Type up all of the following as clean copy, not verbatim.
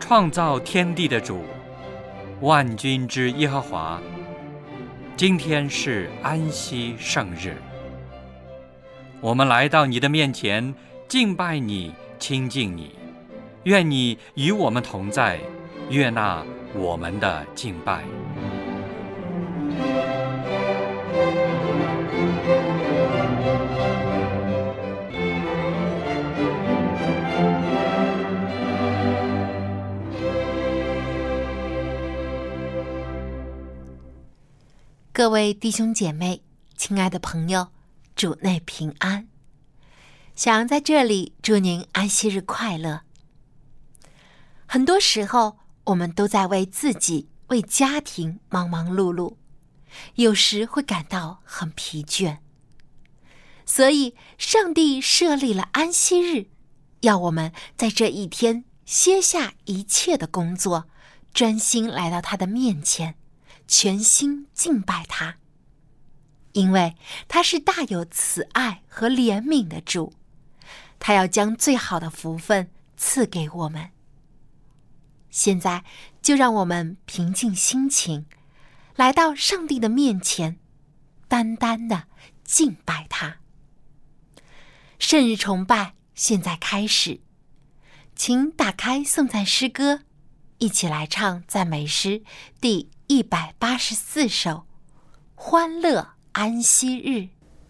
创造天地的主，万军之耶和华。今天是安息圣日，我们来到你的面前，敬拜你，亲近你。愿你与我们同在，悦纳我们的敬拜。 各位弟兄姐妹，亲爱的朋友，主内平安。想在这里祝您安息日快乐。很多时候，我们都在为自己、为家庭忙忙碌碌，有时会感到很疲倦。所以，上帝设立了安息日，要我们在这一天歇下一切的工作，专心来到他的面前，全心敬拜他。因为他是大有慈爱和怜悯的主，他要将最好的福分赐给我们。现在就让我们平静心情，来到上帝的面前，单单的敬拜他。圣日崇拜现在开始，请打开颂赞诗歌，一起来唱赞美诗第184首，欢乐安息日。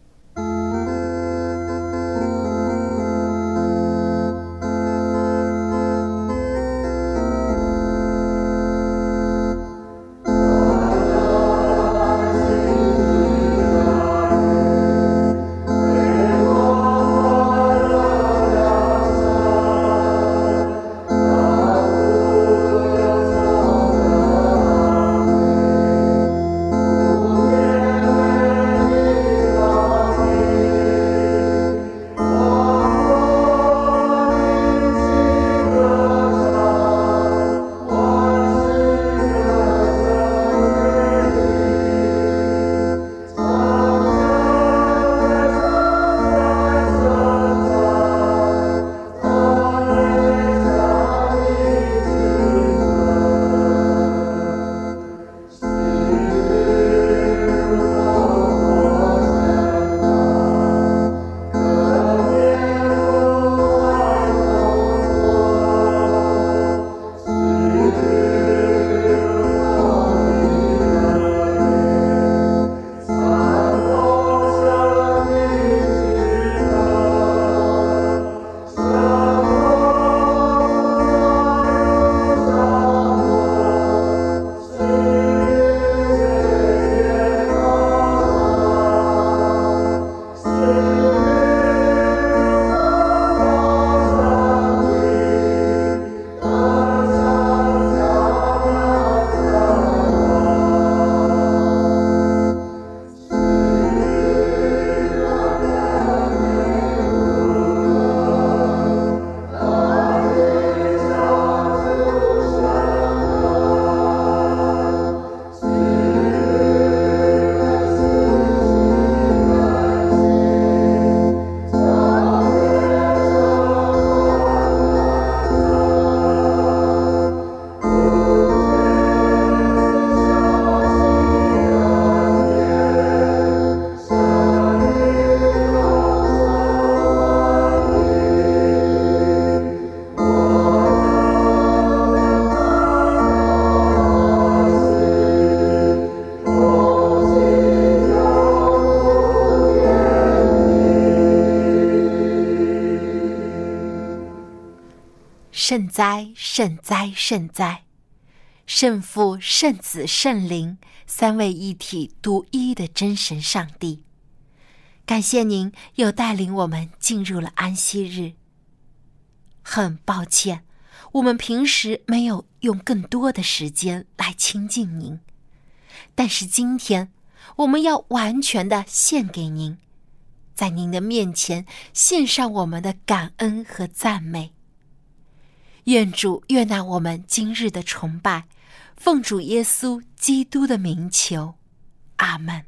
圣哉，圣哉，圣哉！圣父、圣子、圣灵，三位一体独一的真神上帝，感谢您又带领我们进入了安息日。很抱歉，我们平时没有用更多的时间来亲近您，但是今天我们要完全的献给您，在您的面前献上我们的感恩和赞美。愿主悦纳我们今日的崇拜，奉主耶稣基督的名求，阿们。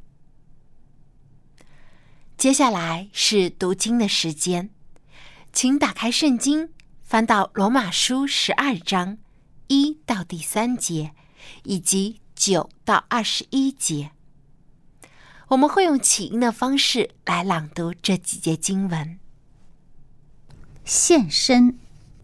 接下来是读经的时间，请打开圣经，翻到罗马书12章 1到第3节，以及9到21节。我们会用起音的方式来朗读这几节经文。 献身。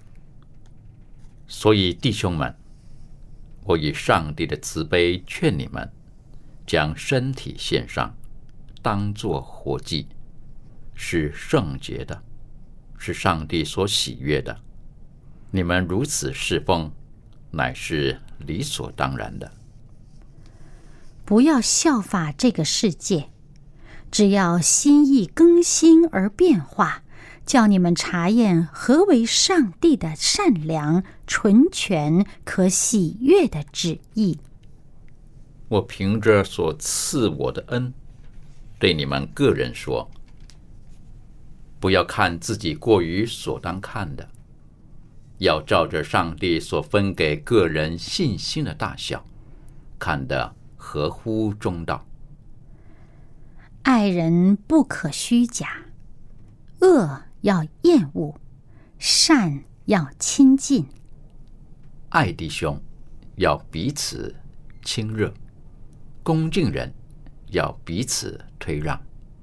所以弟兄们，我以上帝的慈悲劝你们，将身体献上，当作活祭，是圣洁的，是上帝所喜悦的。你们如此侍奉，乃是理所当然的。 不要效法这个世界，只要心意更新而变化，叫你们察验何为上帝的善良、纯全、可喜悦的旨意。 我凭着所赐我的恩，对你们个人说，不要看自己过于所当看的，要照着上帝所分给个人信心的大小，看得合乎中道。 爱人不可虚假，恶要厌恶，善要亲近。 爱弟兄要彼此亲热，恭敬人要彼此推让。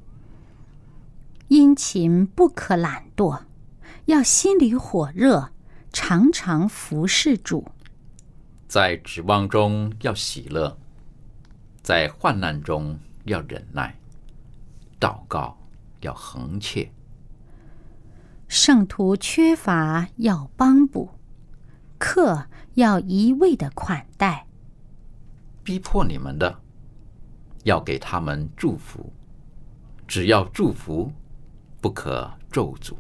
殷勤不可懒惰，要心里火热，常常服侍主。 在指望中要喜乐，在患难中要忍耐，祷告要恒切。 圣徒缺乏要帮补，客要一味的款待。 逼迫你们的，要给他们祝福，只要祝福，不可咒诅。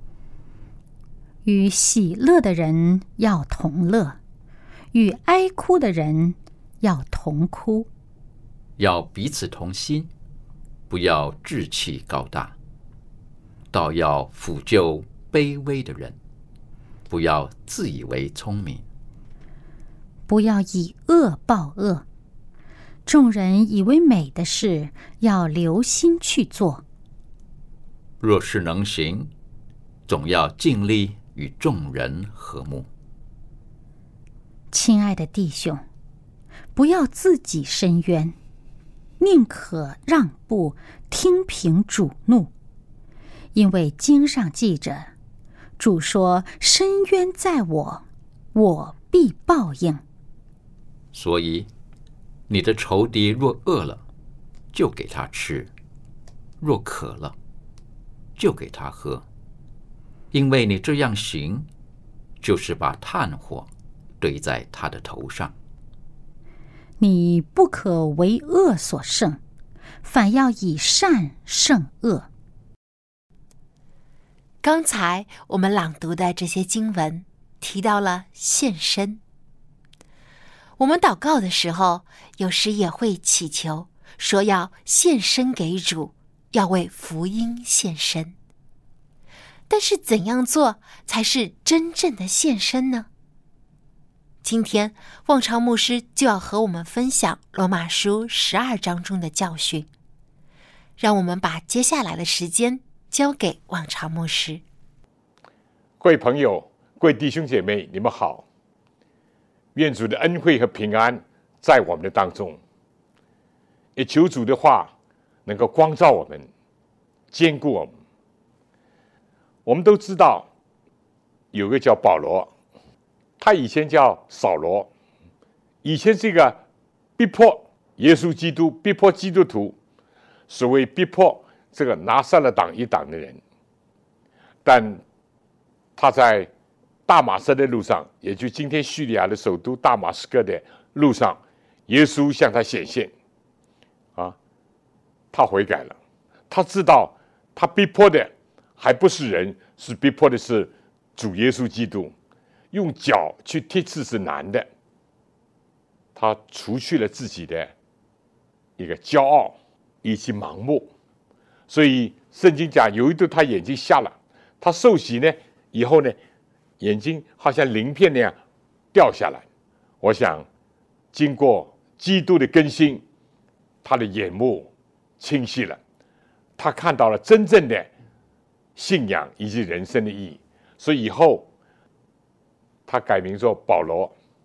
与喜乐的人要同乐，与哀哭的人要同哭。 要彼此同心，不要志气高大，倒要抚救卑微的人，不要自以为聪明。 不要以恶报恶，众人以为美的事，要留心去做。 若是能行，总要尽力与众人和睦。 亲爱的弟兄，不要自己伸冤，宁可让步，听凭主怒。因为经上记着，主说：伸冤在我，我必报应。 所以你的仇敌若饿了，就给他吃；若渴了，就给他喝。因为你这样行，就是把炭火堆在他的头上。 你不可为恶所胜，反要以善胜恶。 刚才我们朗读的这些经文提到了献身。我们祷告的时候，有时也会祈求，说要献身给主，要为福音献身。但是怎样做才是真正的献身呢？今天望潮牧师就要和我们分享罗马书12章中的教训。让我们把接下来的时间交给望潮牧师。 各位朋友，各位弟兄姐妹，你们好。愿主的恩惠和平安在我们的当中，也求主的话能够光照我们，坚固我们。我们都知道有个叫保罗，他以前叫扫罗，以前是一个逼迫耶稣基督、逼迫基督徒，所谓逼迫这个拿撒勒党一党的人。但他在大马色的路上，也就今天叙利亚的首都大马士革的路上，耶稣向他显现，他悔改了。他知道他逼迫的还不是人，是逼迫的是主耶稣基督。用脚去踢刺是难的，他除去了自己的一个骄傲以及盲目。所以圣经讲，有一度他眼睛瞎了，他受洗呢以后呢，眼睛好像鳞片那样掉下来。我想经过基督的更新，他的眼目清晰了，他看到了真正的信仰以及人生的意义。所以以后他改名做保罗，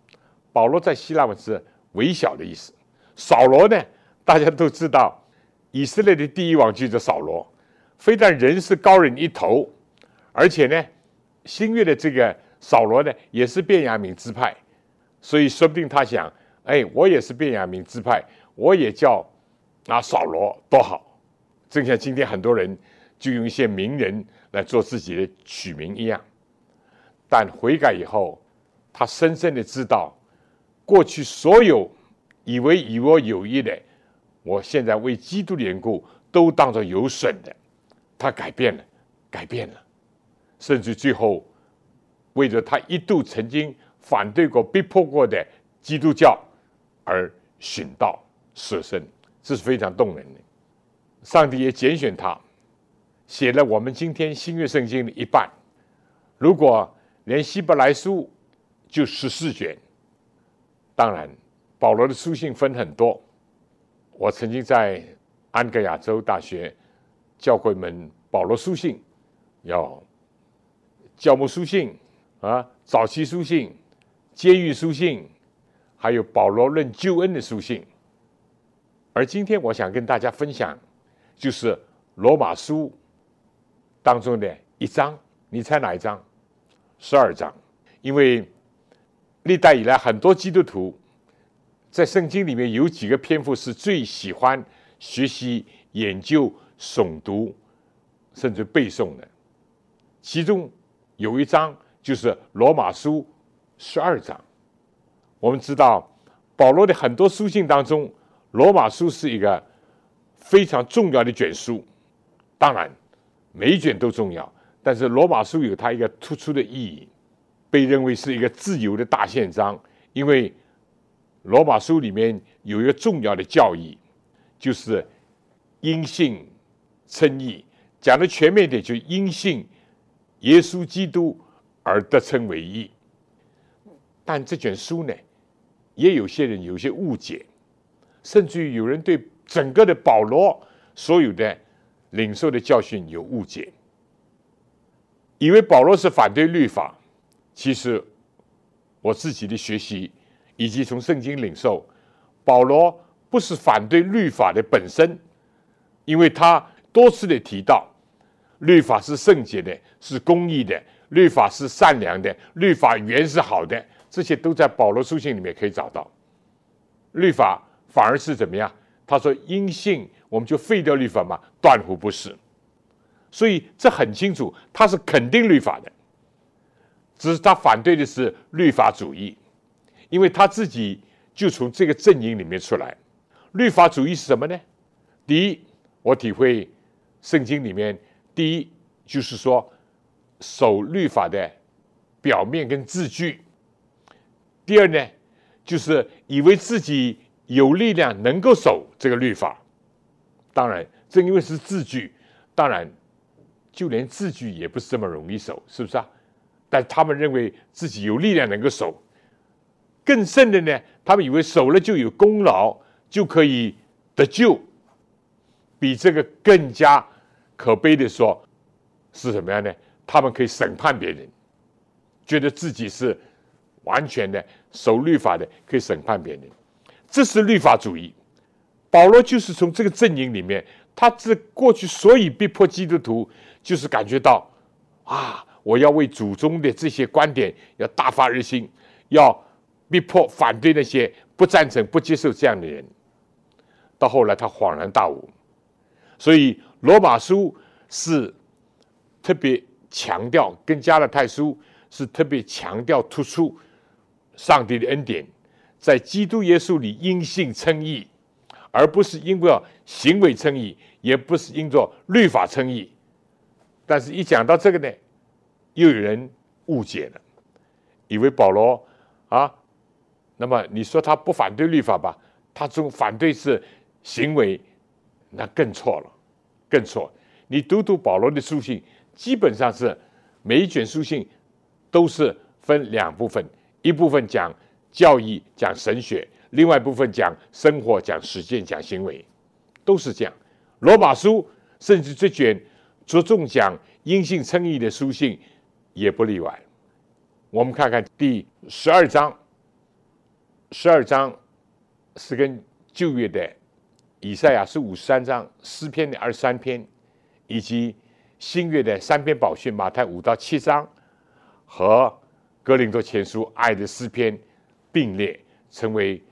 保罗在希腊文是微小的意思。扫罗呢，大家都知道，以色列的第一王就是扫罗，非但人是高人一头，而且呢，新约的这个扫罗呢，也是便雅悯支派，所以说不定他想，哎，我也是便雅悯支派，我也叫扫罗，多好。正像今天很多人就用一些名人来做自己的取名一样。但悔改以后，他深深的知道，过去所有以为与我有益的，我现在为基督的缘故都当作有损的。他改变了，甚至最后为着他一度曾经反对过、逼迫过的基督教而殉道舍身，这是非常动人的。上帝也拣选他，写了我们今天新约圣经的一半。如果连希伯来书就14卷，当然保罗的书信分很多。我曾经在安格亚州大学教过一门保罗书信，有教牧书信早期书信、监狱书信，还有保罗论救恩的书信。而今天我想跟大家分享，就是罗马书当中的一章，你猜哪一章？12章。因为历代以来很多基督徒在圣经里面有几个篇幅是最喜欢学习、研究、诵读，甚至背诵的。其中有一章就是罗马书12章。我们知道保罗的很多书信当中，罗马书是一个非常重要的卷书。当然每一卷都重要，但是罗马书有它一个突出的意义，被认为是一个自由的大宪章。因为罗马书里面有一个重要的教义，就是因信称义，讲的全面一点，就因信耶稣基督而得称为义。但这卷书呢，也有些人有些误解，甚至于有人对整个的保罗所有的领受的教训有误解，以为保罗是反对律法。其实我自己的学习以及从圣经领受，保罗不是反对律法的本身，因为他多次的提到律法是圣洁的，是公义的，律法是善良的，律法原是好的，这些都在保罗书信里面可以找到。律法反而是怎么样？他说因信我们就废掉律法吗？断乎不是。所以这很清楚，他是肯定律法的，只是他反对的是律法主义，因为他自己就从这个阵营里面出来。律法主义是什么呢？第一，我体会圣经里面，第一就是说守律法的表面跟字句。第二呢，就是以为自己有力量能够守这个律法。当然正因为是字句，当然就连字句也不是这么容易守，是不是啊？但他们认为自己有力量能够守。更甚的呢，他们以为守了就有功劳，就可以得救。比这个更加可悲的说是什么样呢？他们可以审判别人，觉得自己是完全的守律法的，可以审判别人。这是律法主义。保罗就是从这个阵营里面，他这过去所以逼迫基督徒，就是感觉到我要为祖宗的这些观点要大发热心，要逼迫反对那些不赞成、不接受这样的人。到后来他恍然大悟，所以罗马书是特别强调，跟加拉太书是特别强调突出上帝的恩典，在基督耶稣里因信称义，而不是因为行为称义，也不是因着律法称义。但是一讲到这个呢，又有人误解了，以为保罗那么你说他不反对律法吧，他这种反对是行为，那更错了，更错。你读保罗的书信，基本上是每一卷书信都是分两部分，一部分讲教义、讲神学，另外一部分讲生活、讲实践、讲行为，都是这样。罗马书甚至这卷着重讲因信称义的书信也不例外。我们看看第12章， 12章是跟旧约的以赛亚书53章、诗篇的23篇，以及新约的3篇宝训，马太5到7章和哥林多前书爱的诗篇并列，成为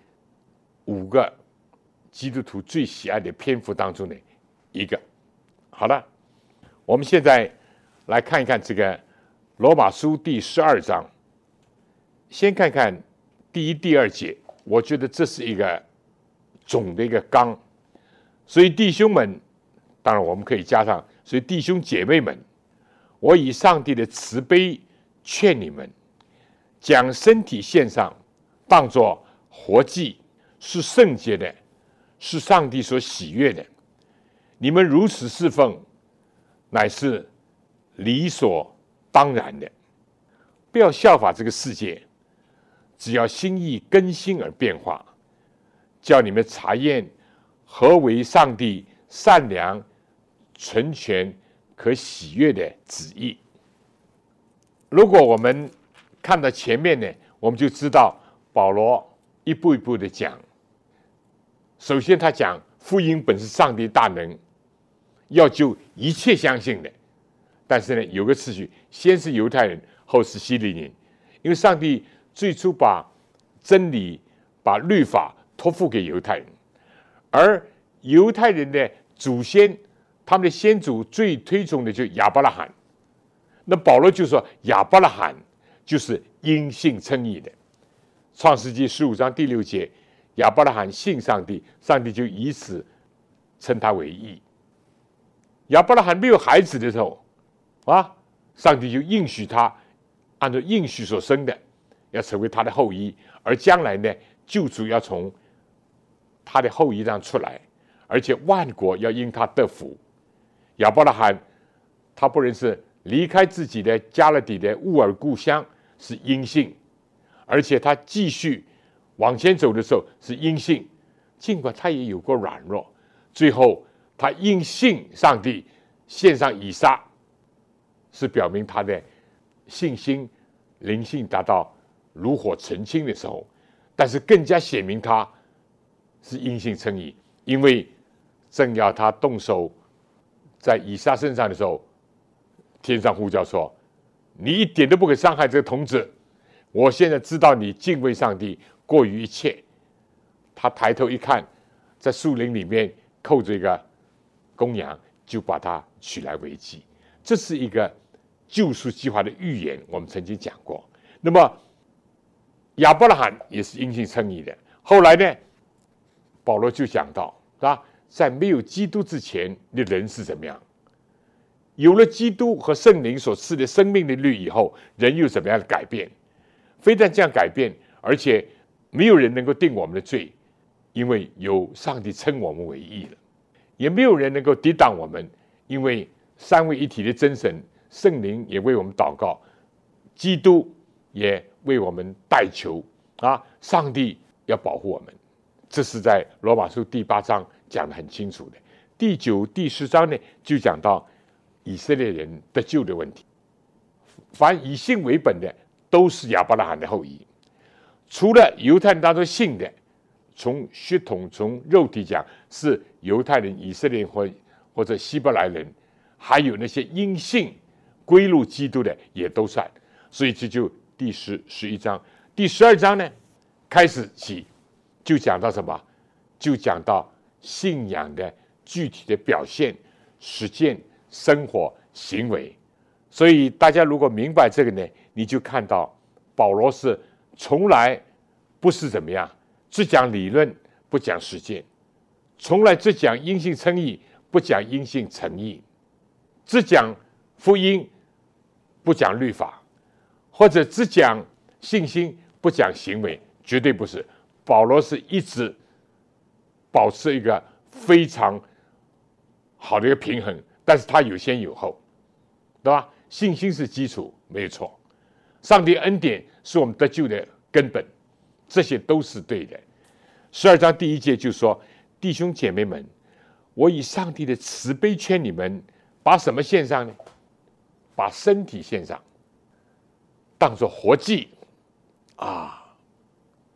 5个基督徒最喜爱的篇幅当中的一个。好了，我们现在来看一看这个罗马书第12章，先看看第1、第2节，我觉得这是一个总的一个纲。所以弟兄们，当然我们可以加上，所以弟兄姐妹们，我以上帝的慈悲劝你们，将身体献上，当作活祭，是圣洁的，是上帝所喜悦的。你们如此侍奉，乃是理所当然的。不要效法这个世界，只要心意更新而变化，叫你们查验何为上帝善良、纯全、可喜悦的旨意。如果我们看到前面呢，我们就知道保罗一步一步的讲。首先他讲福音本是上帝大能，要救一切相信的。但是呢，有个次序，先是犹太人，后是希利人。因为上帝最初把真理、把律法托付给犹太人，而犹太人的祖先，他们的先祖最推崇的就是亚伯拉罕。那保罗就说亚伯拉罕就是因信称义的。创世纪15章第6节，亚伯拉罕信上帝，上帝就以此称他为义。亚伯拉罕没有孩子的时候上帝就应许他，按照应许所生的，要成为他的后裔，而将来呢，救主要从他的后裔上出来，而且万国要因他得福。亚伯拉罕他不认识离开自己的加勒底的乌尔故乡是因信，而且他继续往前走的时候是因信，尽管他也有过软弱，最后他因信上帝献上以撒，是表明他的信心灵性达到炉火纯青的时候，但是更加显明他是因信称义，因为正要他动手在以撒身上的时候，天上呼叫说：“你一点都不可伤害这个童子，我现在知道你敬畏上帝过于一切。”他抬头一看，在树林里面扣着一个公羊，就把它取来为祭。这是一个救赎计划的预言，我们曾经讲过。那么亚伯拉罕也是因信称义的。后来呢，保罗就讲到，在没有基督之前的人是怎么样？有了基督和圣灵所赐的生命的律以后，人又怎么样的改变？非但这样改变，而且没有人能够定我们的罪，因为有上帝称我们为义了；也没有人能够抵挡我们，因为三位一体的真神圣灵也为我们祷告，基督也为我们代求上帝要保护我们。这是在罗马书第8章讲得很清楚的。第9、第10章呢，就讲到以色列人得救的问题。凡以信为本的，都是亚伯拉罕的后裔。除了犹太人当中信的，从血统、从肉体讲是犹太人、以色列人或者希伯来人，还有那些因信归入基督的也都算。所以这就第11章。第12章呢，开始起就讲到什么？就讲到信仰的具体的表现、实践、生活、行为。所以大家如果明白这个呢，你就看到保罗是从来不是怎么样，只讲理论不讲实践，从来只讲因信称义不讲因信诚义，只讲福音不讲律法，或者只讲信心不讲行为，绝对不是。保罗是一直保持一个非常好的一个平衡，但是他有先有后，对吧？信心是基础，没有错。上帝恩典是我们得救的根本，这些都是对的。12章第1节就说：“弟兄姐妹们，我以上帝的慈悲劝你们，把什么献上呢？把身体献上，当作活祭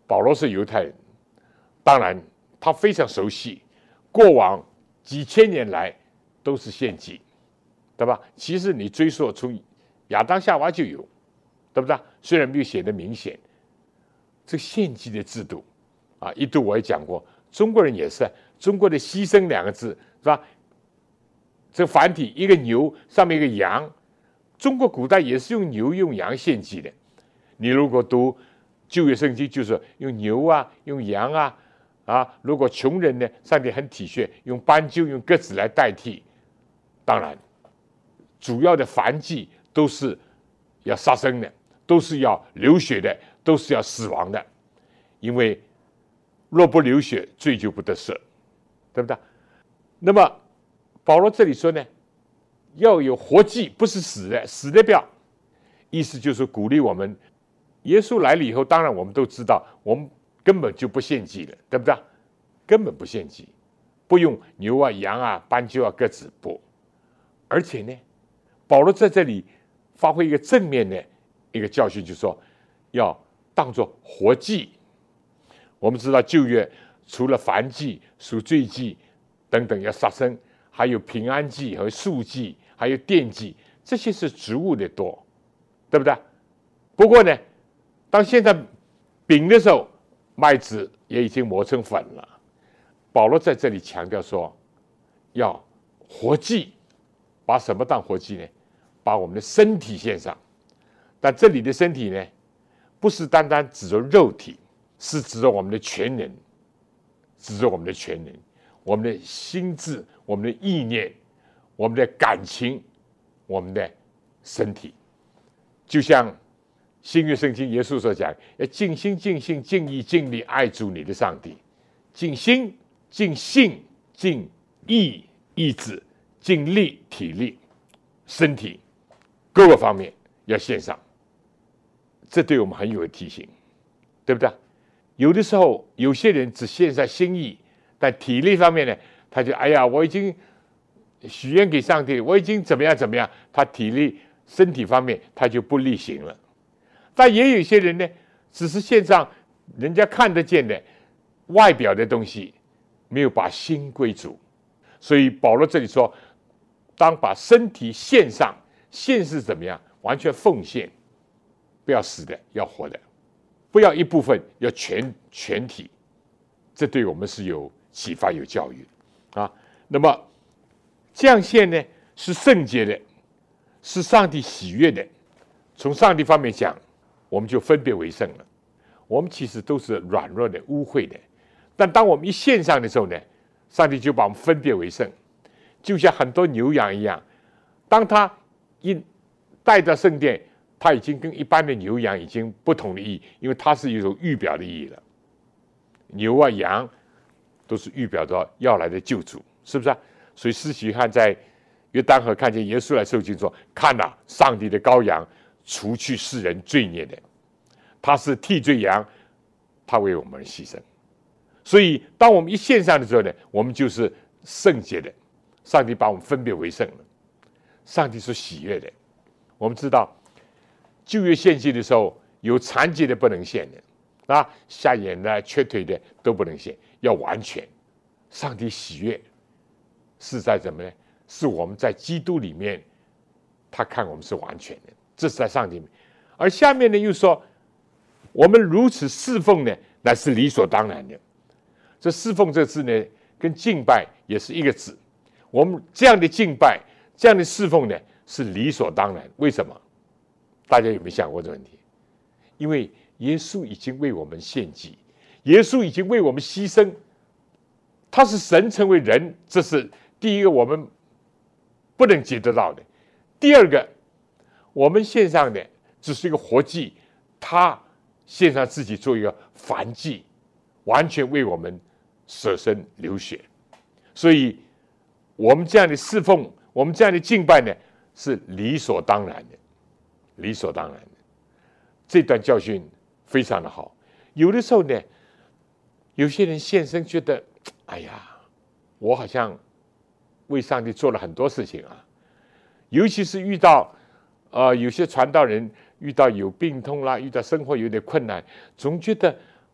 保罗是犹太人，当然他非常熟悉过往几千年来都是献祭，对吧？其实你追溯从亚当夏娃就有，对不对？虽然没有写得明显，这献祭的制度啊，一度我也讲过，中国人也是，中国的牺牲两个字是吧？这繁体一个牛上面一个羊，中国古代也是用牛用羊献祭的。你如果读旧约圣经，就是用牛啊，用羊啊，如果穷人呢，上帝很体恤，用斑鸠、用鸽子来代替。当然，主要的燔祭都是要杀生的，都是要流血的，都是要死亡的，因为若不流血，罪就不得赦，对不对？那么保罗这里说呢，要有活祭，不是死的，死的不要。意思就是鼓励我们，耶稣来了以后，当然我们都知道，我们根本就不献祭了，对不对？根本不献祭，不用牛啊、羊啊、斑鸠啊、鸽子不。而且呢，保罗在这里发挥一个正面的一个教训，就是说要当作活祭。我们知道旧约除了燔祭、赎罪祭等等要杀生，还有平安祭和素祭，还有奠祭，这些是植物的多，对不对？不过呢，当现在饼的时候，麦子也已经磨成粉了。保罗在这里强调说，要活祭，把什么当活祭呢？把我们的身体献上。但这里的身体呢，不是单单指着肉体，是指着我们的全人，指着我们的全人，我们的心智，我们的意念，我们的感情，我们的身体。就像新约圣经耶稣所讲，要尽心、尽性、尽意、尽力爱主你的上帝，尽心、尽性、尽意、意志、尽力、体力、身体各个方面要献上。这对我们很有提醒，对不对？有的时候有些人只献上心意，但体力方面呢，他就哎呀，我已经许愿给上帝，我已经怎么样怎么样，他体力身体方面他就不力行了。但也有一些人呢，只是献上人家看得见的外表的东西，没有把心归主。所以保罗这里说，当把身体献上，献是怎么样？完全奉献，不要死的，要活的，不要一部分，要全体。这对我们是有启发、有教育啊。那么这样献呢，是圣洁的，是上帝喜悦的。从上帝方面讲，我们就分别为圣了。我们其实都是软弱的、污秽的，但当我们一献上的时候呢，上帝就把我们分别为圣，就像很多牛羊一样。当他一带到圣殿，他已经跟一般的牛羊已经不同的意义，因为它是一种预表的意义了。牛啊、羊都是预表着要来的救主，是不是啊？所以施洗约翰在约旦河看见耶稣来受浸说：“看哪，上帝的羔羊，除去世人罪孽的，他是替罪羊，他为我们而牺牲。”所以，当我们一献上的时候呢，我们就是圣洁的。上帝把我们分别为圣了，上帝是喜悦的。我们知道，旧约献祭的时候，有残疾的不能献的，啊，瞎眼的、瘸腿的都不能献，要完全。上帝喜悦是在怎么呢？是我们在基督里面，他看我们是完全的，这是在上帝里面。而下面呢，又说我们如此侍奉呢，乃是理所当然的。这侍奉这个字呢，跟敬拜也是一个字。我们这样的敬拜、这样的侍奉呢，是理所当然。为什么？大家有没有想过这个问题？因为耶稣已经为我们献祭，耶稣已经为我们牺牲。他是神成为人，这是第一个我们不能接得到的。第二个，我们献上的只是一个活祭，他献上自己做一个燔祭，完全为我们舍身流血。所以我们这样的侍奉，我们这样的敬拜呢，是理所当然的，理所当然的。这段教训非常的好。有的时候呢，有些人献身觉得，哎呀，我好像为上帝做了很多事情啊。尤其是遇到有些传道人遇到有病痛啦，遇到生活有点困难，总觉得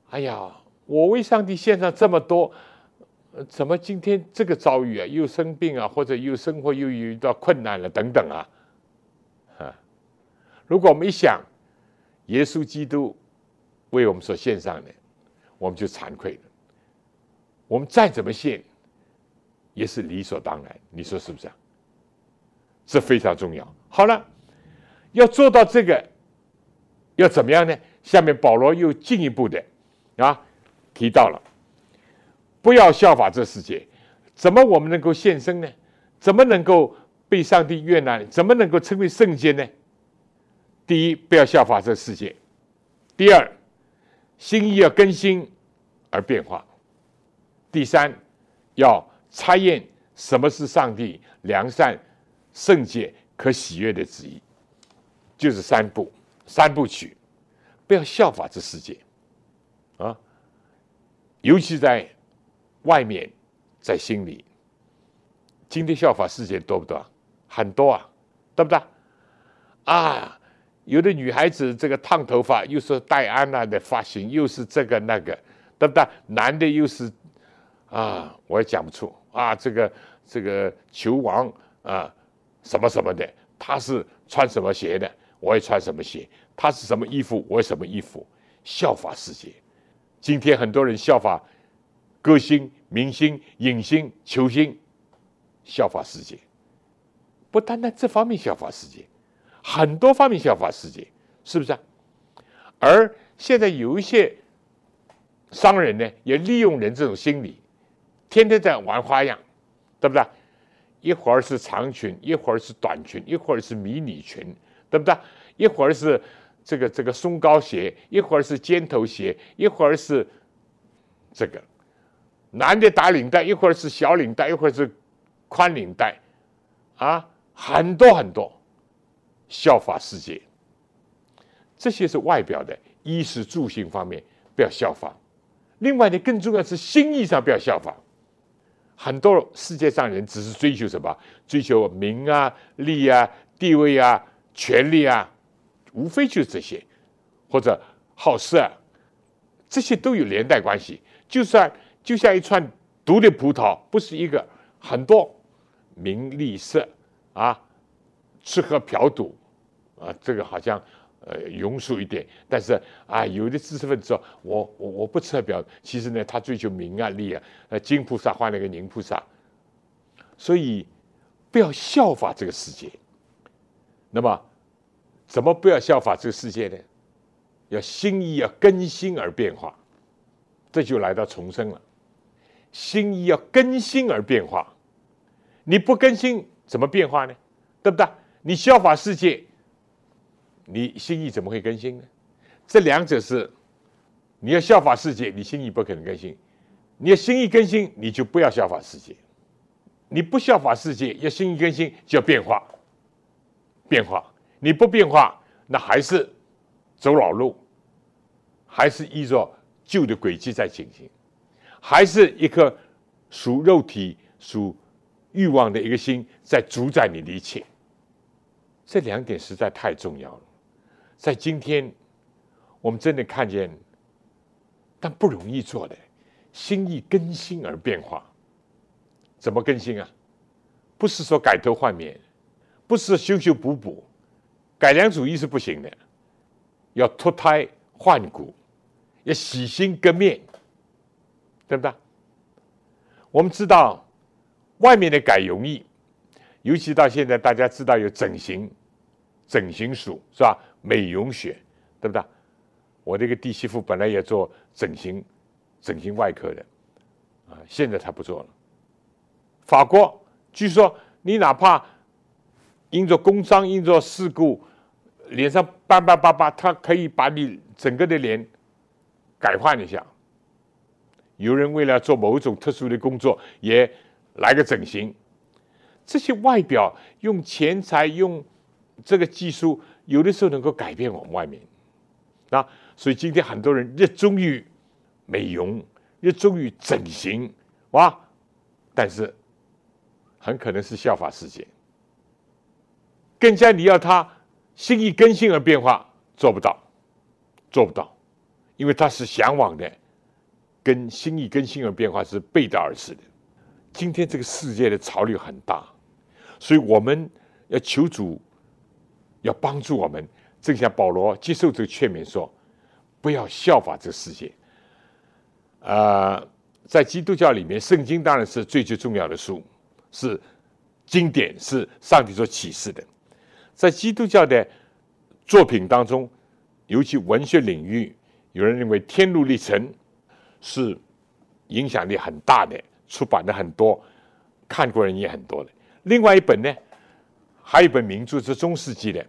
哎呀，我为上帝献上这么多，怎么今天这个遭遇啊，又生病啊，或者又生活又遇到困难了等等啊，如果我们一想，耶稣基督为我们所献上的，我们就惭愧了。我们再怎么献，也是理所当然。你说是不是啊？这非常重要。好了，要做到这个，要怎么样呢？下面保罗又进一步的提到了，不要效法这世界。怎么我们能够献身呢？怎么能够被上帝悦纳？怎么能够称为圣洁呢？第一，不要效法这世界；第二，心意要更新而变化；第三，要察验什么是上帝良善、圣洁、可喜悦的旨意，就是三部曲。不要效法这世界尤其在外面，在心里。今天效法世界多不多？很多啊，对不对？有的女孩子这个烫头发，又是戴安娜的发型，又是这个那个，对不对？男的又是我也讲不出这个球王什么什么的，他是穿什么鞋的，我也穿什么鞋；他是什么衣服，我也什么衣服。效法世界。今天很多人效法歌星、明星、影星、球星，效法世界。不单单这方面效法世界，很多方面效法世界，是不是啊？而现在有一些商人呢，也利用人这种心理，天天在玩花样，对不对？一会儿是长裙，一会儿是短裙，一会儿是迷你裙，对不对？一会儿是这个松糕鞋，一会儿是尖头鞋，一会儿是这个男的打领带，一会儿是小领带，一会儿是宽领带，很多很多，效法世界。这些是外表的，衣食住行方面不要效仿。另外呢，更重要是心意上不要效仿。很多世界上人只是追求什么？追求名利地位权力无非就是这些，或者好色这些都有连带关系。就像一串毒的葡萄，不是一个，很多名利色吃喝嫖赌这个好像庸俗一点，但是有的知识分子说我不吃喝嫖，其实呢他追求名利金菩萨换了个银菩萨，所以不要效法这个世界。那么怎么不要效法这个世界呢？要心意要更新而变化，这就来到重生了。心意要更新而变化，你不更新怎么变化呢？对不对？你效法世界，你心意怎么会更新呢？这两者是，你要效法世界，你心意不可能更新；你要心意更新，你就不要效法世界。你不效法世界，要心意更新，就要变化。变化，你不变化，那还是走老路，还是依着旧的轨迹在进行，还是一颗属肉体、属欲望的一个心在主宰你的一切。这两点实在太重要了，在今天我们真的看见，但不容易做的，心意更新而变化。怎么更新啊？不是说改头换面，不是修修补补，改良主义是不行的，要脱胎换骨，要洗心革面，对不对？我们知道外面的改容易，尤其到现在大家知道有整形术是吧？美容学，对不对？我这个弟媳妇本来也做整形外科的现在她不做了。法国据说你哪怕因着工伤、因着事故，脸上斑斑巴巴，他可以把你整个的脸改换一下。有人为了做某一种特殊的工作，也来个整形。这些外表用钱财、用这个技术，有的时候能够改变我们外面所以今天很多人热衷于美容，热衷于整形但是很可能是效法世界。更加你要他心意更新而变化，做不到， 因为它是向往的，跟心意更新而变化是背道而驰的。今天这个世界的潮流很大，所以我们要求主要帮助我们，正像保罗接受这个劝勉说，不要效法这个世界。在基督教里面，圣经当然是最重要的书，是经典，是上帝所启示的。在基督教的作品当中，尤其文学领域，有人认为《天路历程》是影响力很大的，出版的很多，看过人也很多的。另外一本呢，还有一本名著是中世纪的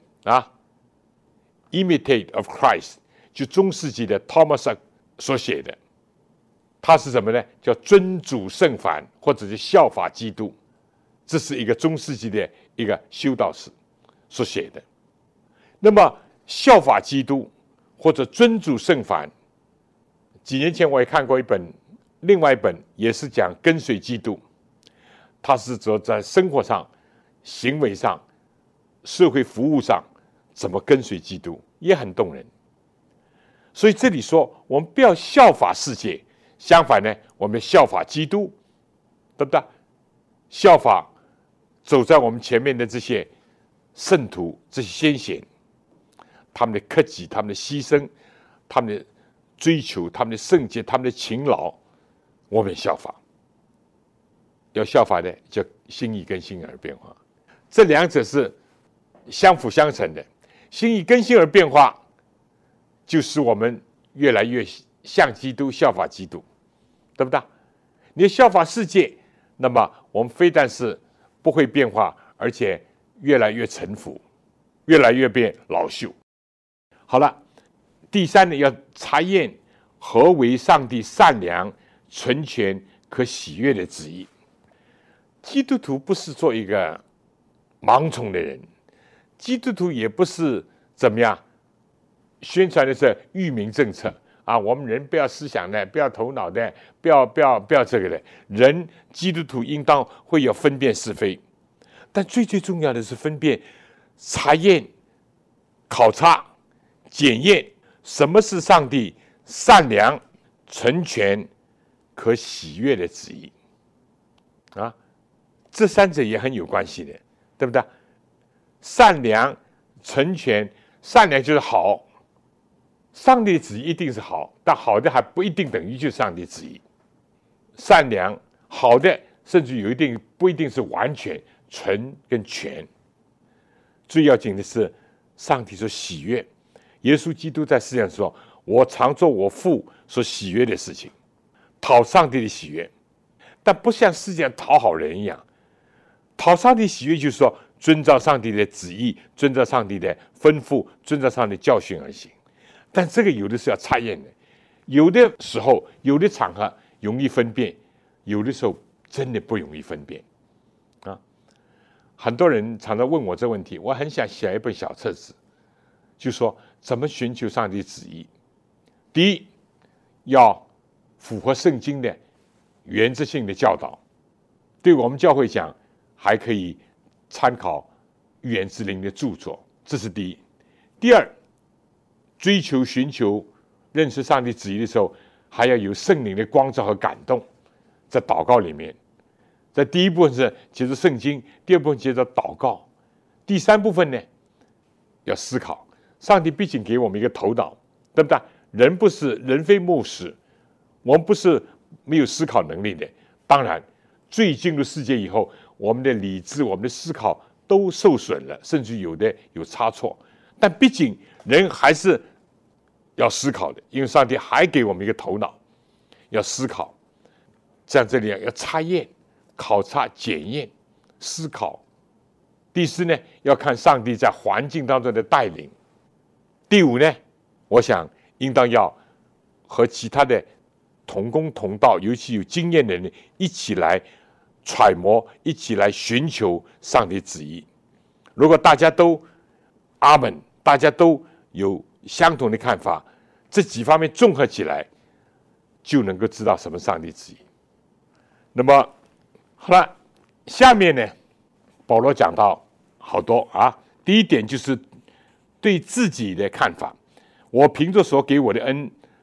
Imitate of Christ， 就中世纪的 Thomas 所写的，它是什么呢？叫尊主圣凡，或者是效法基督。这是一个中世纪的一个修道士所写的。那么效法基督或者尊主圣凡，几年前我也看过另外一本也是讲跟随基督，它是说在生活上、行为上、社会服务上怎么跟随基督，也很动人。所以这里说我们不要效法世界，相反呢，我们效法基督，对不对？效法走在我们前面的这些圣徒、这些先贤，他们的克己、他们的牺牲、他们的追求、他们的圣洁、他们的勤劳，我们效法。要效法的叫心意更新而变化，这两者是相辅相成的。心意更新而变化，就使我们越来越像基督，效法基督，对不对？你效法世界，那么我们非但是不会变化，而且越来越臣服，越来越变老朽。好了，第三呢，要查验何为上帝善良、纯全、可喜悦的旨意。基督徒不是做一个盲从的人，基督徒也不是怎么样宣传的是愚民政策啊，我们人不要思想的，不要头脑的，不要这个的。人基督徒应当会有分辨是非，但最重要的是分辨、查验、考察、检验什么是上帝善良、纯全、可喜悦的旨意啊。这三者也很有关系的，对不对？善良、纯全，善良就是好，上帝的旨意一定是好，但好的还不一定等于就是上帝旨意。善良、好的，甚至不一定是完全纯跟全。最要紧的是，上帝所喜悦。耶稣基督在世上说：“我常做我父所喜悦的事情，讨上帝的喜悦。”但不像世界上讨好人一样。讨上帝喜悦就是说，遵照上帝的旨意，遵照上帝的吩咐，遵照上帝的教训而行。但这个有的是要查验的，有的时候、有的场合容易分辨，有的时候真的不容易分辨啊。很多人常常问我这个问题，我很想写一本小册子，就说怎么寻求上帝旨意。第一，要符合圣经的原则性的教导，对我们教会讲，还可以参考预言之灵的著作，这是第一。第二，追求寻求认识上帝旨意的时候，还要有圣灵的光照和感动，在祷告里面。在第一部分是接着圣经，第二部分接着祷告，第三部分呢，要思考。上帝毕竟给我们一个头脑，对不对？人非木石，我们不是没有思考能力的。当然，罪进入世界以后，我们的理智、我们的思考都受损了，甚至有的有差错。但毕竟人还是要思考的，因为上帝还给我们一个头脑，要思考。像这里要查验、考察、检验、思考。第四呢，要看上帝在环境当中的带领。第五呢，我想应当要和其他的同工同道，尤其有经验的人一起来揣摩，一起来寻求上帝旨意。如果大家都阿们，大家都有相同的看法，这几方面综合起来，就能够知道什么上帝旨意。那么好了，下面呢，保罗讲到好多啊。第一点就是对自己的看法，我凭着所给我的恩，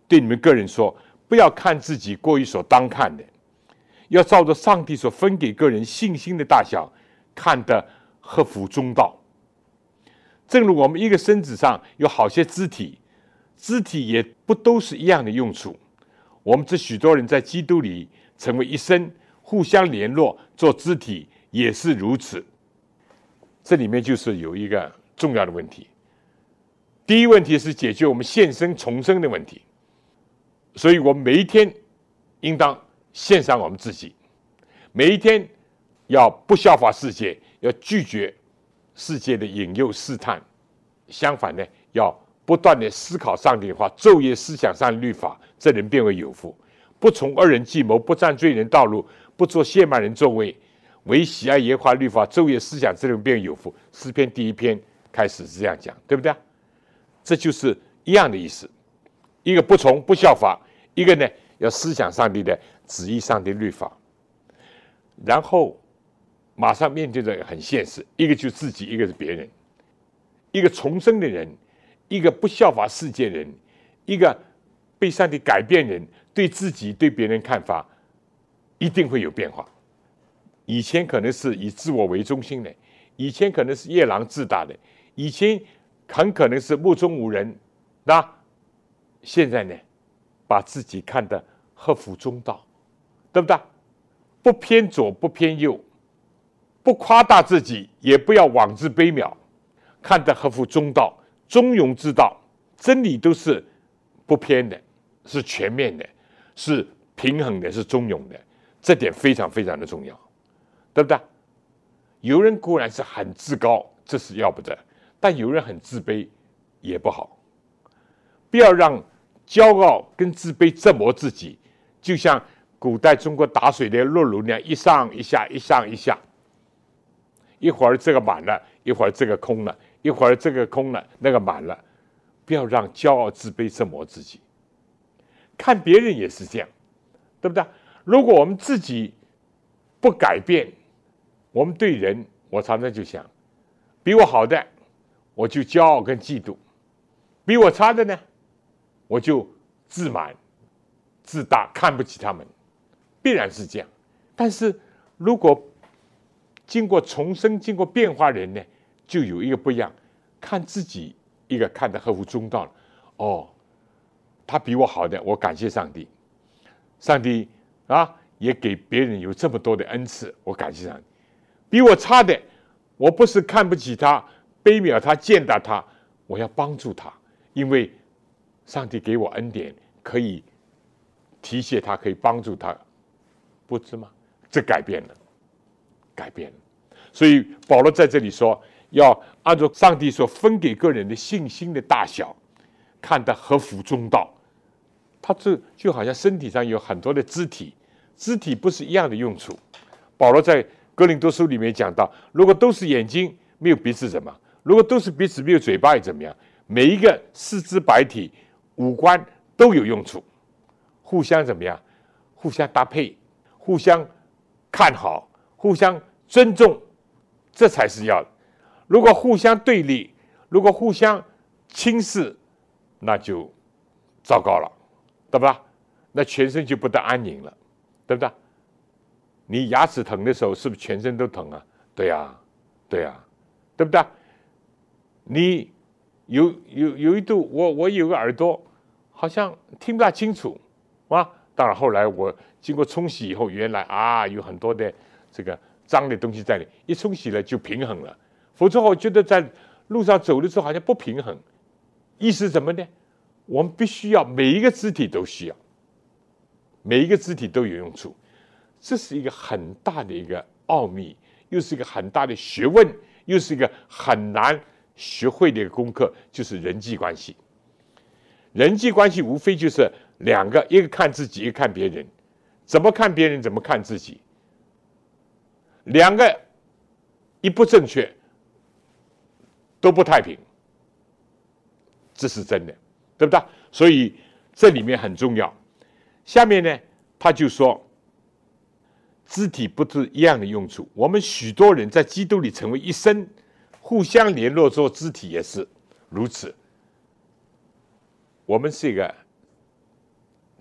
对你们个人说，不要看自己过于所当看的，要照着上帝所分给个人信心的大小，看得合乎中道。正如我们一个身子上有好些肢体，肢体也不都是一样的用处。我们这许多人在基督里成为一身，互相联络做肢体也是如此。这里面就是有一个重要的问题。第一问题是解决我们献身重生的问题，所以我们每一天应当献上我们自己，每一天要不效法世界，要拒绝世界的引诱试探，相反呢，要不断的思考上帝的话，昼夜思想上帝律法，这人变为有福。不从恶人计谋，不占罪人道路，不做亵慢人座位，唯喜爱耶和华律法，昼夜思想，这人变为有福。诗篇第1篇开始是这样讲，对不对？这就是一样的意思。一个不从不效法，一个呢要思想上帝的旨意，上帝律法，然后马上面对的很现实，一个就是自己，一个是别人。一个重生的人，一个不效法世界人，一个被上帝改变人，对自己对别人看法一定会有变化。以前可能是以自我为中心的，以前可能是夜郎自大的，以前很可能是目中无人，那现在呢，把自己看得合乎中道，对不对？不偏左，不偏右，不夸大自己，也不要妄自卑渺，看得合乎中道，中庸之道，真理都是不偏的，是全面的，是平衡的，是中庸的，这点非常非常的重要，对不对？有人固然是很自高，这是要不得，但有人很自卑也不好。不要让骄傲跟自卑折磨自己，就像古代中国打水的落炉那样，一上一下，一上一下，一会儿这个满了，一会儿这个空了，一会儿这个空了，那个满了。不要让骄傲自卑折磨自己。看别人也是这样，对不对？如果我们自己不改变，我们对人，我常常就想，比我好的我就骄傲跟嫉妒，比我差的呢，我就自满自大，看不起他们，必然是这样。但是如果经过重生，经过变化人呢，就有一个不一样，看自己一个看得合乎中道了。哦，他比我好的，我感谢上帝，上帝也给别人有这么多的恩赐，我感谢上帝。比我差的，我不是看不起他，卑渺他，践踏他，我要帮助他，因为上帝给我恩典，可以提携他，可以帮助他，不知吗？这改变了，改变了。所以保罗在这里说，要按照上帝所分给个人的信心的大小，看得合乎中道。他这就好像身体上有很多的肢体，肢体不是一样的用处。保罗在哥林多书里面讲到，如果都是眼睛，没有鼻子怎么？如果都是鼻子，没有嘴巴又怎么样？每一个四肢百体五官都有用处，互相怎么样？互相搭配，互相看好，互相尊重，这才是要的。如果互相对立，如果互相轻视，那就糟糕了，对吧？那全身就不得安宁了，对不对？你牙齿疼的时候，是不是全身都疼啊？对呀，对呀，对不对？你有一度，我有个耳朵好像听不大清楚啊。当然后来我经过冲洗以后，原来有很多的这个脏的东西在里，一冲洗了就平衡了。否则我觉得在路上走的时候好像不平衡。意思怎么呢？我们必须要每一个肢体都需要，每一个肢体都有用处。这是一个很大的一个奥秘，又是一个很大的学问，又是一个很难学会的一个功课，就是人际关系。人际关系无非就是两个，一个看自己，一个看别人。怎么看别人，怎么看自己。两个一不正确，都不太平，这是真的，对不对？所以这里面很重要。下面呢，他就说，肢体不是一样的用处。我们许多人在基督里成为一身，互相联络做肢体也是如此。我们是一个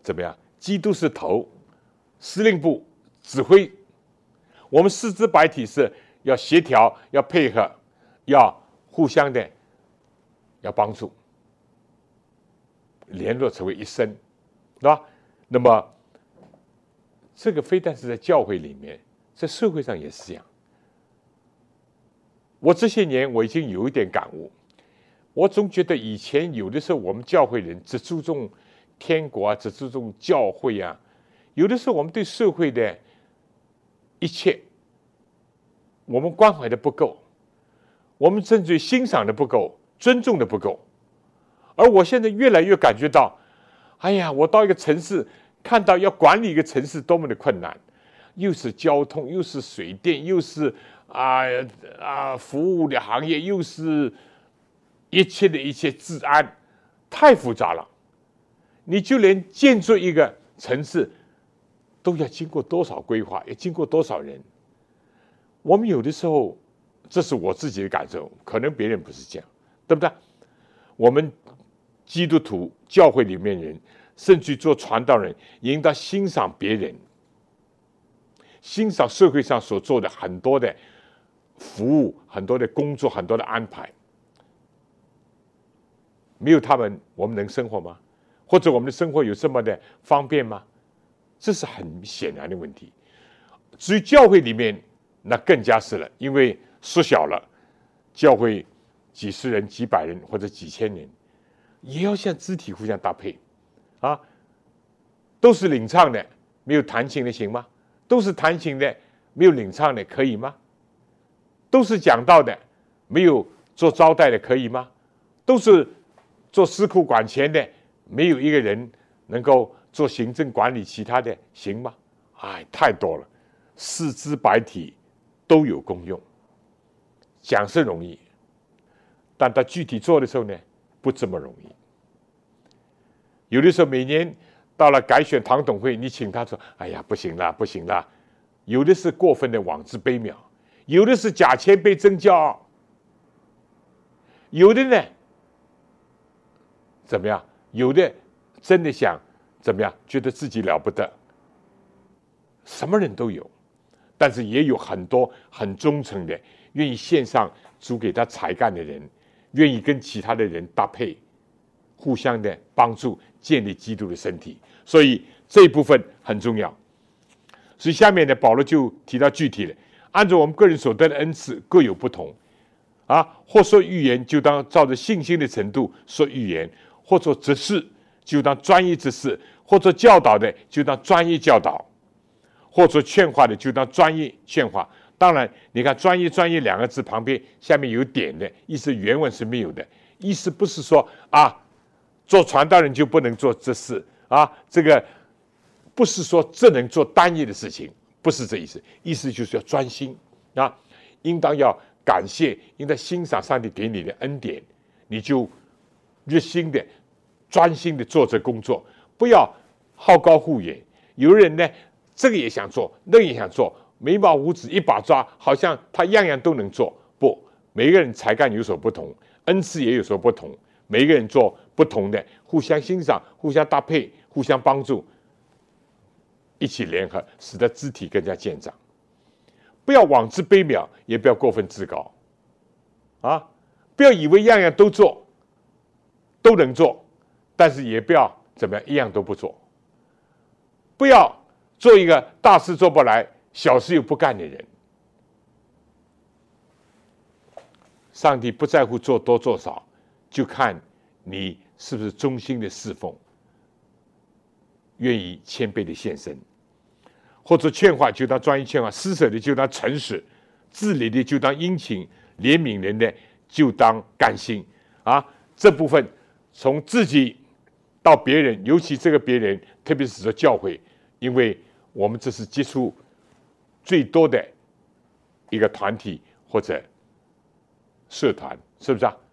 怎么样？基督是头，司令部指挥，我们四肢百体是要协调、要配合、要互相的要帮助，联络成为一身，对吧？那么这个非但是在教会里面，在社会上也是这样。我这些年我已经有一点感悟，我总觉得以前有的时候我们教会人只注重天国啊，只注重教会啊，有的时候我们对社会的一切，我们关怀的不够，我们甚至于欣赏的不够，尊重的不够。而我现在越来越感觉到，哎呀，我到一个城市，看到要管理一个城市多么的困难，又是交通，又是水电，又是服务的行业，又是一切治安，太复杂了。你就连建筑一个城市，都要经过多少规划，也经过多少人。我们有的时候，这是我自己的感受，可能别人不是这样，对不对？我们基督徒教会里面人，甚至做传道人，也应当欣赏别人，欣赏社会上所做的很多的服务、很多的工作、很多的安排。没有他们，我们能生活吗？或者我们的生活有这么的方便吗？这是很显然的问题。至于教会里面，那更加是了，因为缩小了，教会几十人、几百人或者几千人，也要像肢体互相搭配啊。都是领唱的，没有弹琴的行吗？都是弹琴的，没有领唱的可以吗？都是讲道的，没有做招待的可以吗？都是做司库管钱的，没有一个人能够做行政管理其他的行吗？哎，太多了，四肢百体都有功用。讲是容易，但他具体做的时候呢，不这么容易。有的时候每年到了改选堂董会，你请他说：“哎呀，不行啦，不行啦。”有的是过分的妄自卑渺，有的是假谦卑真骄傲，有的呢怎么样？有的真的想怎么样？觉得自己了不得。什么人都有，但是也有很多很忠诚的，愿意献上主给他才干的人，愿意跟其他的人搭配，互相的帮助，建立基督的身体。所以这一部分很重要。所以下面呢，保罗就提到具体的，按照我们个人所得的恩赐各有不同啊，或说预言，就当照着信心的程度说预言；或做执事，就当专业执事；或做教导的，就当专业教导；或做劝化的，就当专业劝化。当然，你看“专业”两个字旁边下面有点的意思，原文是没有的。意思不是说啊，做传道人就不能做这事啊，这个不是说只能做单一的事情，不是这意思。意思就是要专心啊，应当要感谢，应当欣赏上帝给你的恩典，你就热心的、专心的做这工作，不要好高骛远。有人呢，这个也想做，那个也想做，眉毛胡子一把抓，好像他样样都能做。不，每个人才干有所不同，恩赐也有所不同，每个人做不同的，互相欣赏、互相搭配、互相帮助，一起联合，使得肢体更加健长。不要妄自卑渺，也不要过分自高啊！不要以为样样都做，都能做，但是也不要怎么样，一样都不做。不要做一个大事做不来，小事又不干的人。上帝不在乎做多做少，就看你是不是忠心的侍奉，愿意谦卑的献身。或者劝化就当专一劝化，施舍的就当诚实，治理的就当殷勤，怜悯人的就当甘心啊！这部分从自己到别人，尤其这个别人，特别是说教会，因为我们这是接触最多的一个团体或者社团，是不是啊？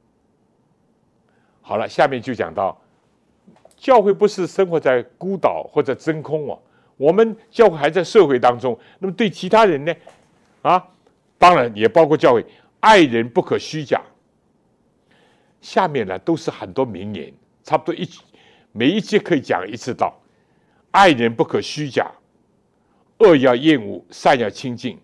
好了，下面就讲到教会不是生活在孤岛或者真空哦。我们教会还在社会当中，那么对其他人呢？啊，当然也包括教会，爱人不可虚假。下面呢都是很多名言，差不多每一节可以讲一次道， 爱人不可虚假，恶要厌恶，善要亲近。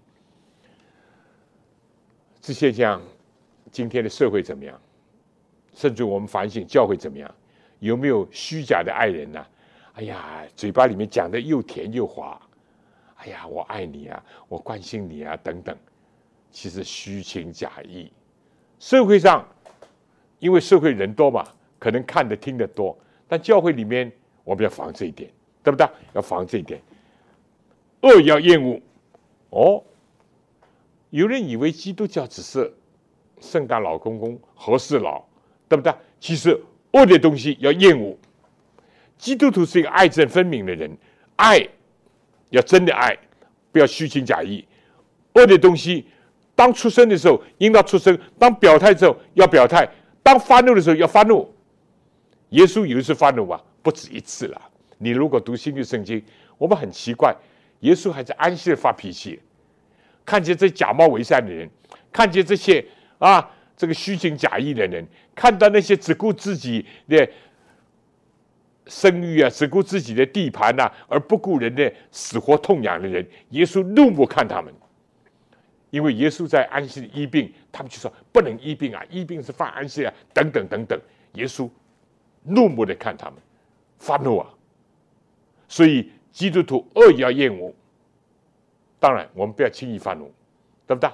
这现象，今天的社会怎么样？甚至我们反省教会怎么样？有没有虚假的爱人呢？哎呀，嘴巴里面讲的又甜又滑，哎呀，我爱你啊，我关心你啊，等等，其实虚情假意。社会上，因为社会人多嘛，可能看得听得多，但教会里面我们要防这一点，对不对？要防这一点。恶要厌恶。哦，有人以为基督教只是圣诞老公公、和事佬，对不对？其实恶的东西要厌恶。基督徒是一个爱憎分明的人，爱要真的爱，不要虚情假意。恶的东西，当出生的时候应当出生，当表态的时候要表态，当发怒的时候要发怒。耶稣有一次发怒吧，不止一次了。你如果读新约圣经，我们很奇怪，耶稣还在安息日发脾气，看见这假冒为善的人，看见这些这个虚情假意的人，看到那些只顾自己的声誉啊，只顾自己的地盘啊，而不顾人的死活痛痒的人，耶稣怒目看他们。因为耶稣在安息日医病，他们就说不能医病啊，医病是犯安息啊，等等等等。耶稣怒目的看他们，发怒啊！所以基督徒恶要厌恶。当然，我们不要轻易发怒，对不对？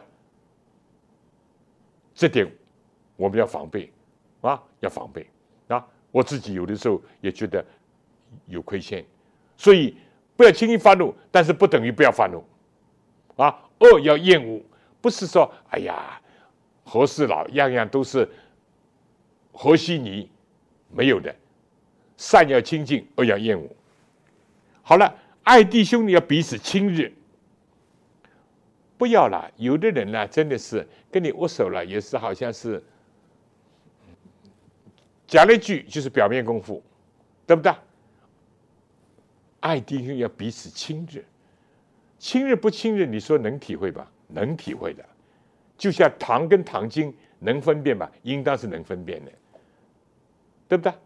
这点我们要防备要防备啊！我自己有的时候也觉得有亏欠，所以不要轻易发怒，但是不等于不要发怒恶要厌恶，不是说哎呀和事佬样样都是和稀泥，没有的。善要亲近，恶要厌恶。好了，爱弟兄你要彼此亲热，不要啦。有的人呢，真的是跟你握手了，也是好像是讲了一句就是表面功夫，对不对？爱弟兄要彼此亲热，亲热不亲热，你说能体会吧？能体会的。就像糖跟糖精能分辨吧？应当是能分辨的，对不对？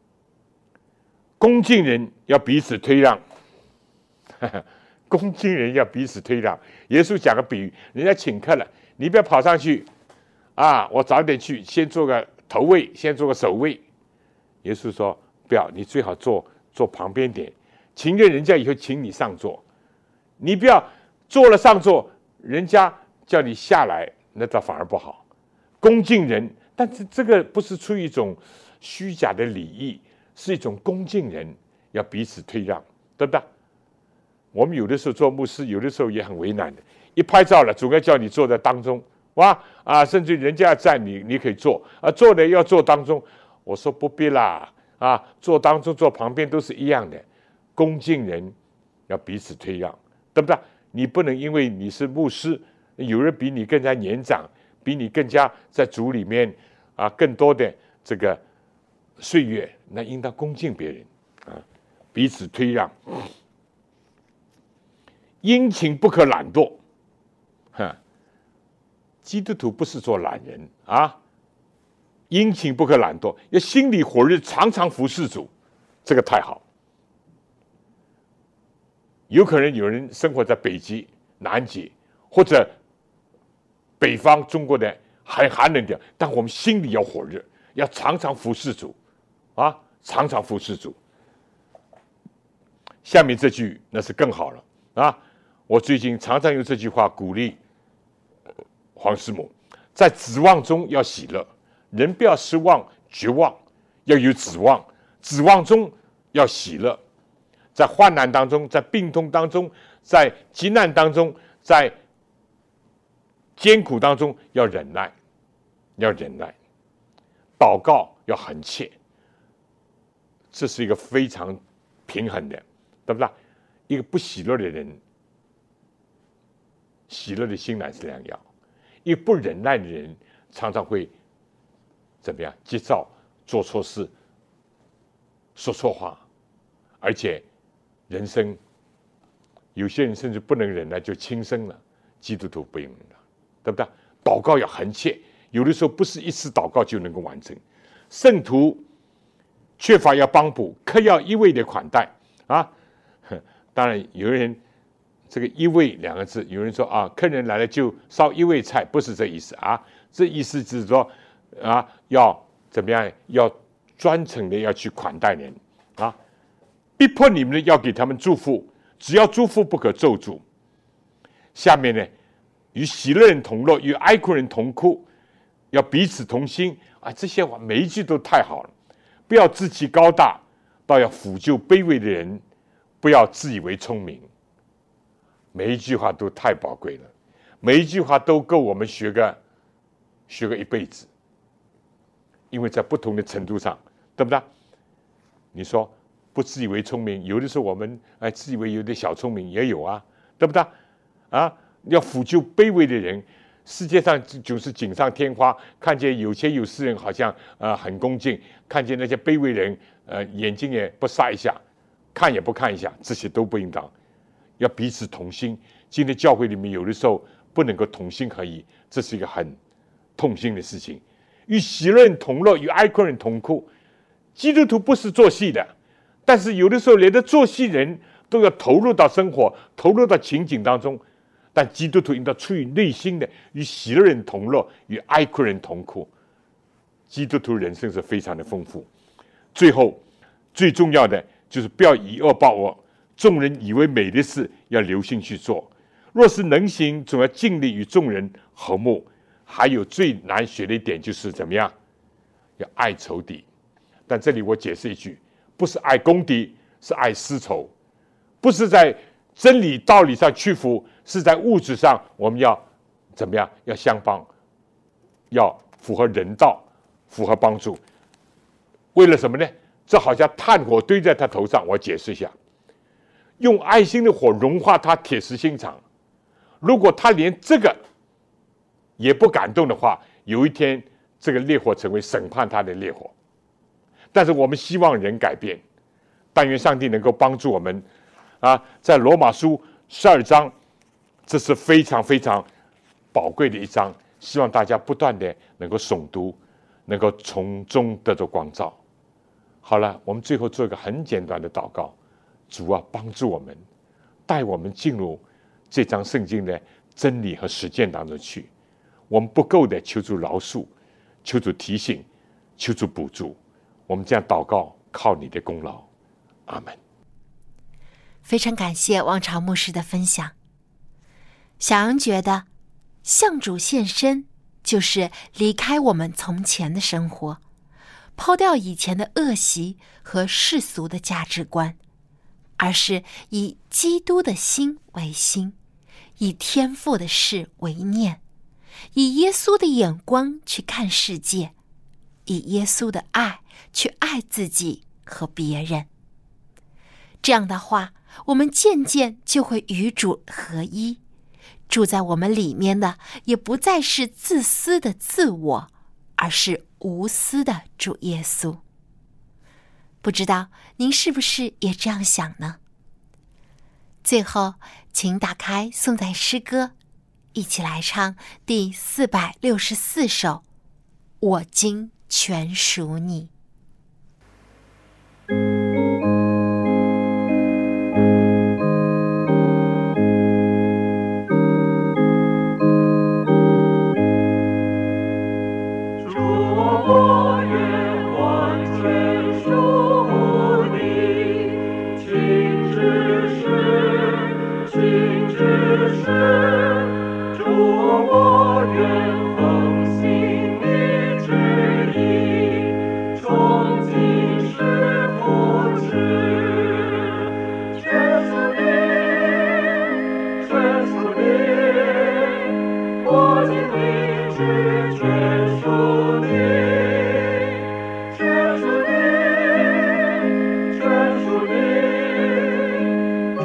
恭敬人要彼此推让，恭敬人要彼此推让。耶稣讲个比喻，人家请客了，你不要跑上去我早点去，先做个头位，先做个首位。耶稣说不要，你最好坐旁边点，情愿人家以后请你上座，你不要坐了上座，人家叫你下来，那倒反而不好。恭敬人，但是这个不是出于一种虚假的礼义，是一种恭敬人，要彼此退让，对不对？我们有的时候做牧师，有的时候也很为难的。一拍照了，总要叫你坐在当中，甚至人家要站你可以坐，坐的要坐当中。我说不必啦，坐当中坐旁边都是一样的。恭敬人要彼此退让，对不对？你不能因为你是牧师，有人比你更加年长，比你更加在主里面更多的这个岁月，那应当恭敬别人彼此推让。殷勤不可懒惰，基督徒不是做懒人殷勤不可懒惰，要心里火热，常常服侍主，这个太好。有可能有人生活在北极、南极或者北方中国的很寒冷的，但我们心里要火热，要常常服侍主常常服侍主。下面这句那是更好了我最近常常用这句话鼓励黄师母，在指望中要喜乐，人不要失望绝望，要有指望，指望中要喜乐。在患难当中，在病痛当中，在急难当中，在艰苦当中要忍耐，要忍耐。祷告要恒切，这是一个非常平衡的，对不对？一个不喜乐的人，喜乐的心乃是良药；一个不忍耐的人，常常会怎么样？急躁，做错事，说错话，而且人生有些人甚至不能忍耐就轻生了。基督徒不能的，对不对？祷告要恒切，有的时候不是一次祷告就能够完成。圣徒缺乏要帮补，客要一味的款待当然有人这个一味两个字，有人说啊，客人来了就烧一味菜，不是这意思啊。这意思就是说啊，要怎么样？要专程的要去款待人啊，逼迫你们要给他们祝福，只要祝福不可咒诅。下面呢，与喜乐人同乐，与哀哭人同哭，要彼此同心啊！这些话每一句都太好了。不要自欺高大，倒要抚救卑微的人；不要自以为聪明。每一句话都太宝贵了，每一句话都够我们学个一辈子。因为在不同的程度上，对不对？你说不自以为聪明，有的时候我们自以为有点小聪明也有啊，对不对？啊，要抚救卑微的人。世界上总是锦上添花，看见有钱有势人好像很恭敬，看见那些卑微人眼睛也不撒一下，看也不看一下，这些都不应当。要彼此同心。今天教会里面有的时候不能够同心合一，这是一个很痛心的事情。与喜乐人同乐，与哀哭人同哭。基督徒不是做戏的，但是有的时候连着做戏人都要投入到生活，投入到情景当中。但基督徒应当出于内心的与喜乐人同乐，与哀哭人同哭。基督徒人生是非常的丰富。最后最重要的就是不要以恶报恶，众人以为美的事要留心去做。若是能行，总要尽力与众人和睦。还有最难学的一点就是怎么样？要爱仇敌。但这里我解释一句，不是爱公敌，是爱私仇。不是在真理道理上屈服，是在物质上我们要怎么样？要相帮，要符合人道，符合帮助。为了什么呢？这好像炭火堆在他头上。我解释一下，用爱心的火融化他铁石心肠。如果他连这个也不感动的话，有一天这个烈火成为审判他的烈火。但是我们希望人改变，但愿上帝能够帮助我们啊！在罗马书12章，这是非常非常宝贵的一章，希望大家不断的能够诵读，能够从中得到光照。好了，我们最后做一个很简单的祷告：主啊，帮助我们，带我们进入这章圣经的真理和实践当中去。我们不够的，求主饶恕，求主提醒，求主补助。我们这样祷告，靠你的功劳，阿们。 非常感谢王朝牧师的分享。小杨觉得，向主献身就是离开我们从前的生活，抛掉以前的恶习和世俗的价值观，而是以基督的心为心，以天父的事为念，以耶稣的眼光去看世界，以耶稣的爱去爱自己和别人。这样的话，我们渐渐就会与主合一，住在我们里面的也不再是自私的自我，而是无私的主耶稣。不知道您是不是也这样想呢？最后，请打开颂赞诗歌，一起来唱第464首《我今全属你》。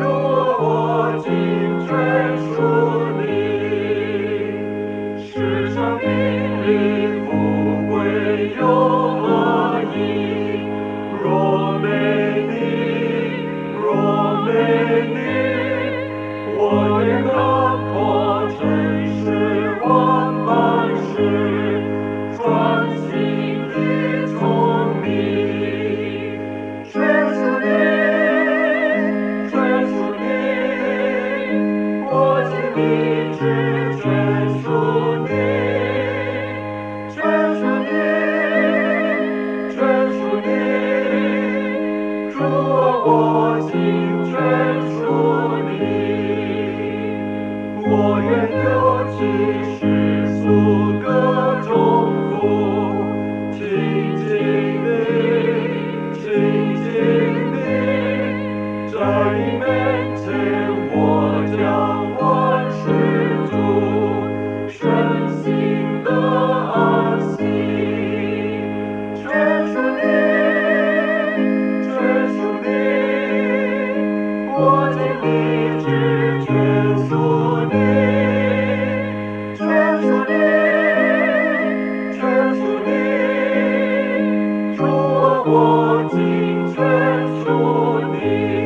是主啊，我心全属你，我愿丢弃世俗各种福，亲近你，亲近你，在你面前我将万事主，身心的安息，全属你，全属你，我尽力志全属你，全属你，全属你，主啊，我尽全属你。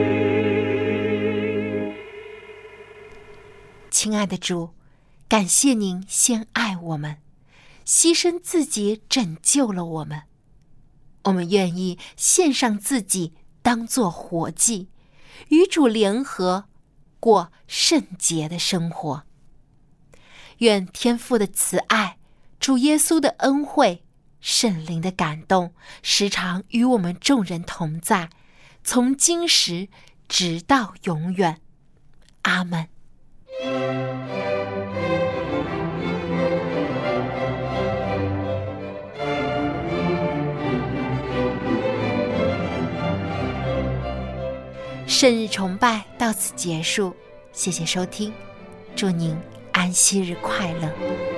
亲爱的主，感谢您先爱我们，牺牲自己拯救了我们。我们愿意献上自己当作活祭，与主联合，过圣洁的生活。愿天父的慈爱、主耶稣的恩惠、圣灵的感动，时常与我们众人同在，从今时直到永远。阿们。圣日崇拜到此结束，谢谢收听，祝您安息日快乐。